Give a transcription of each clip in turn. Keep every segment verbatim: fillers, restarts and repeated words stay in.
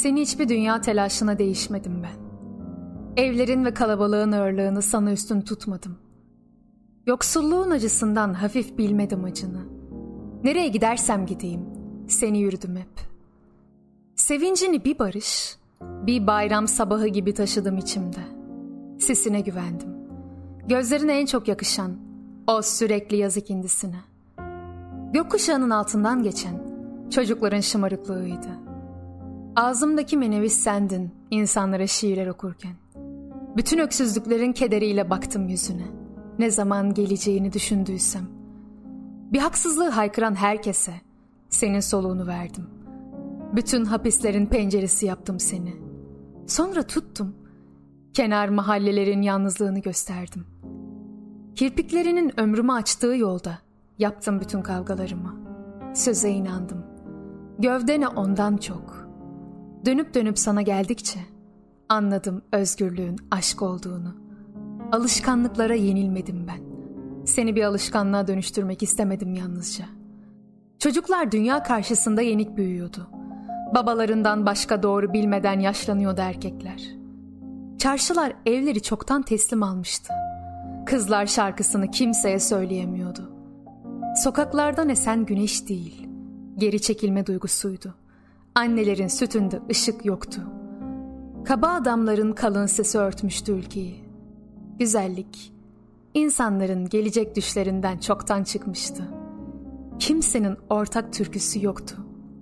Seni hiçbir dünya telaşına değişmedim ben. Evlerin ve kalabalığın ağırlığını sana üstün tutmadım. Yoksulluğun acısından hafif bilmedim acını. Nereye gidersem gideyim, seni yürüdüm hep. Sevincini bir barış, bir bayram sabahı gibi taşıdım içimde. Sesine güvendim. Gözlerine en çok yakışan, o sürekli yaz ikindisine. Gökkuşağının altından geçen, çocukların şımarıklığıydı. Ağzımdaki menevşe sendin, insanlara şiirler okurken. Bütün öksüzlüklerin kederiyle baktım yüzüne. Ne zaman geleceğini düşündüysem. Bir haksızlığı haykıran herkese senin soluğunu verdim. Bütün hapislerin penceresi yaptım seni. Sonra tuttum, kenar mahallelerin yalnızlığını gösterdim. Kirpiklerinin ömrümü açtığı yolda yaptım bütün kavgalarımı. Söze inandım. Gövdene ondan çok. Dönüp dönüp sana geldikçe anladım özgürlüğün aşk olduğunu. Alışkanlıklara yenilmedim ben. Seni bir alışkanlığa dönüştürmek istemedim yalnızca. Çocuklar dünya karşısında yenik büyüyordu. Babalarından başka doğru bilmeden yaşlanıyordu erkekler. Çarşılar evleri çoktan teslim almıştı. Kızlar şarkısını kimseye söyleyemiyordu. Sokaklardan esen güneş değil, geri çekilme duygusuydu. Annelerin sütünde ışık yoktu. Kaba adamların kalın sesi örtmüştü ülkeyi. Güzellik, insanların gelecek düşlerinden çoktan çıkmıştı. Kimsenin ortak türküsü yoktu.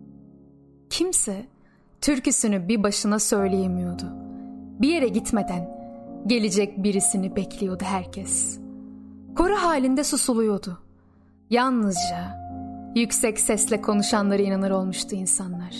Kimse türküsünü bir başına söyleyemiyordu. Bir yere gitmeden gelecek birisini bekliyordu herkes. Koro halinde susuluyordu. Yalnızca yüksek sesle konuşanlara inanır olmuştu insanlar.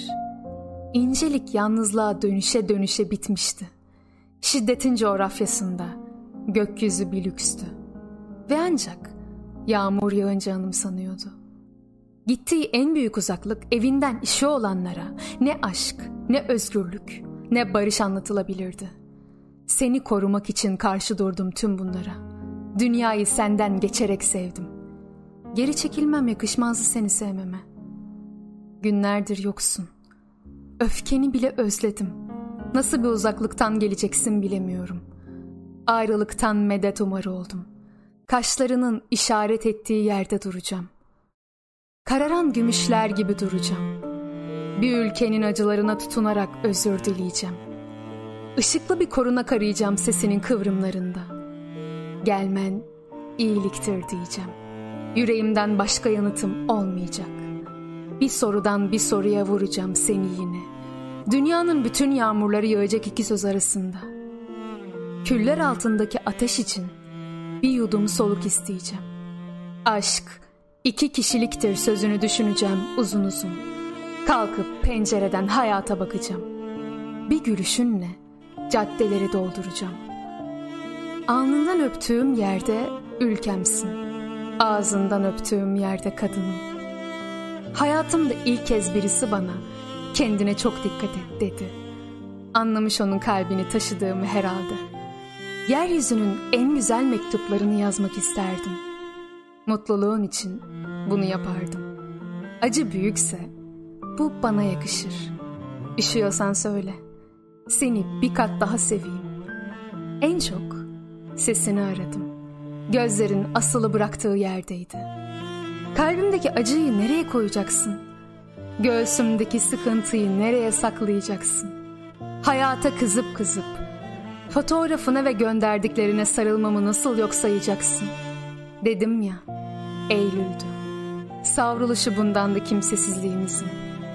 İncelik yalnızlığa dönüşe dönüşe bitmişti. Şiddetin coğrafyasında gökyüzü bir lükstü. Ve ancak yağmur yağınca anımsanıyordu. Gittiği en büyük uzaklık evinden işi olanlara ne aşk, ne özgürlük, ne barış anlatılabilirdi. Seni korumak için karşı durdum tüm bunlara. Dünyayı senden geçerek sevdim. Geri çekilmem yakışmazdı seni sevmeme. Günlerdir yoksun. Öfkeni bile özledim. Nasıl bir uzaklıktan geleceksin bilemiyorum. Ayrılıktan medet umarı oldum. Kaşlarının işaret ettiği yerde duracağım. Kararan gümüşler gibi duracağım. Bir ülkenin acılarına tutunarak özür dileyeceğim. Işıklı bir korunak arayacağım sesinin kıvrımlarında. Gelmen iyiliktir diyeceğim. Yüreğimden başka yanıtım olmayacak. Bir sorudan bir soruya vuracağım seni yine. Dünyanın bütün yağmurları yağacak iki söz arasında. Küller altındaki ateş için bir yudum soluk isteyeceğim. Aşk iki kişiliktir sözünü düşüneceğim uzun uzun. Kalkıp pencereden hayata bakacağım. Bir gülüşünle caddeleri dolduracağım. Alnından öptüğüm yerde ülkemsin. Ağzından öptüğüm yerde kadınım. Hayatımda ilk kez birisi bana kendine çok dikkat et dedi. Anlamış onun kalbini taşıdığımı herhalde. Yeryüzünün en güzel mektuplarını yazmak isterdim. Mutluluğun için bunu yapardım. Acı büyükse bu bana yakışır. Üşüyorsan söyle. Seni bir kat daha seveyim. En çok sesini aradım. Gözlerin asılı bıraktığı yerdeydi. Kalbimdeki acıyı nereye koyacaksın? Göğsümdeki sıkıntıyı nereye saklayacaksın? Hayata kızıp kızıp fotoğrafına ve gönderdiklerine sarılmamı nasıl yok sayacaksın? Dedim ya, Eylül'dü. Savruluşu bundan da kimsesizliğimizin.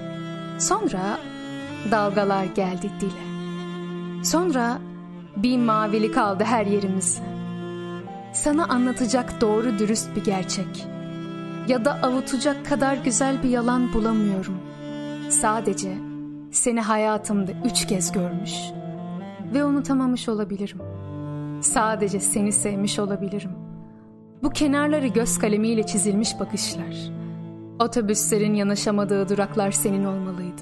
Sonra dalgalar geldi dile. Sonra bir mavilik aldı her yerimizi. Sana anlatacak doğru dürüst bir gerçek ya da avutacak kadar güzel bir yalan bulamıyorum. Sadece seni hayatımda üç kez görmüş ve unutamamış olabilirim. Sadece seni sevmiş olabilirim. Bu kenarları göz kalemiyle çizilmiş bakışlar, otobüslerin yanaşamadığı duraklar senin olmalıydı.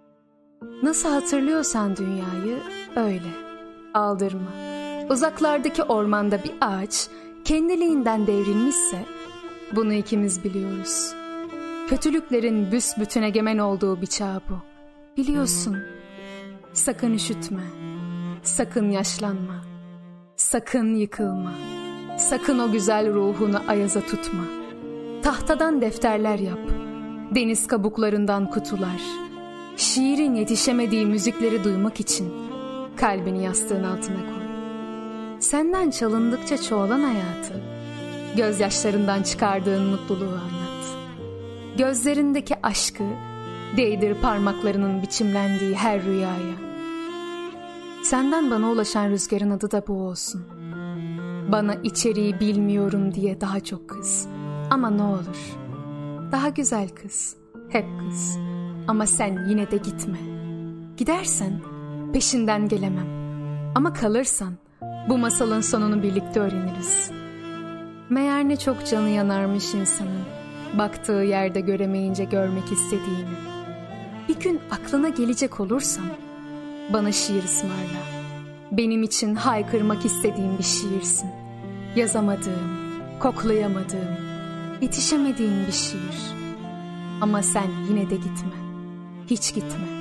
Nasıl hatırlıyorsan dünyayı öyle aldırma. Uzaklardaki ormanda bir ağaç kendiliğinden devrilmişse bunu ikimiz biliyoruz. Kötülüklerin büsbütün egemen olduğu bir çağ bu. Biliyorsun. Sakın üşütme, sakın yaşlanma, sakın yıkılma, sakın o güzel ruhunu ayaza tutma. Tahtadan defterler yap, deniz kabuklarından kutular. Şiirin yetişemediği müzikleri duymak için kalbini yastığın altına koy. Senden çalındıkça çoğalan hayatı, gözyaşlarından çıkardığın mutluluğu anlat. Gözlerindeki aşkı değdir parmaklarının biçimlendiği her rüyaya. Senden bana ulaşan rüzgarın adı da bu olsun. Bana içeriği bilmiyorum diye daha çok kız. Ama ne olur, daha güzel kız, hep kız. Ama sen yine de gitme. Gidersen peşinden gelemem. Ama kalırsan bu masalın sonunu birlikte öğreniriz. Meğer ne çok canı yanarmış insanın, baktığı yerde göremeyince görmek istediğini. Bir gün aklına gelecek olursam bana şiir ısmarla. Benim için haykırmak istediğim bir şiirsin. Yazamadığım, koklayamadığım, yetişemediğim bir şiir. Ama sen yine de gitme. Hiç gitme.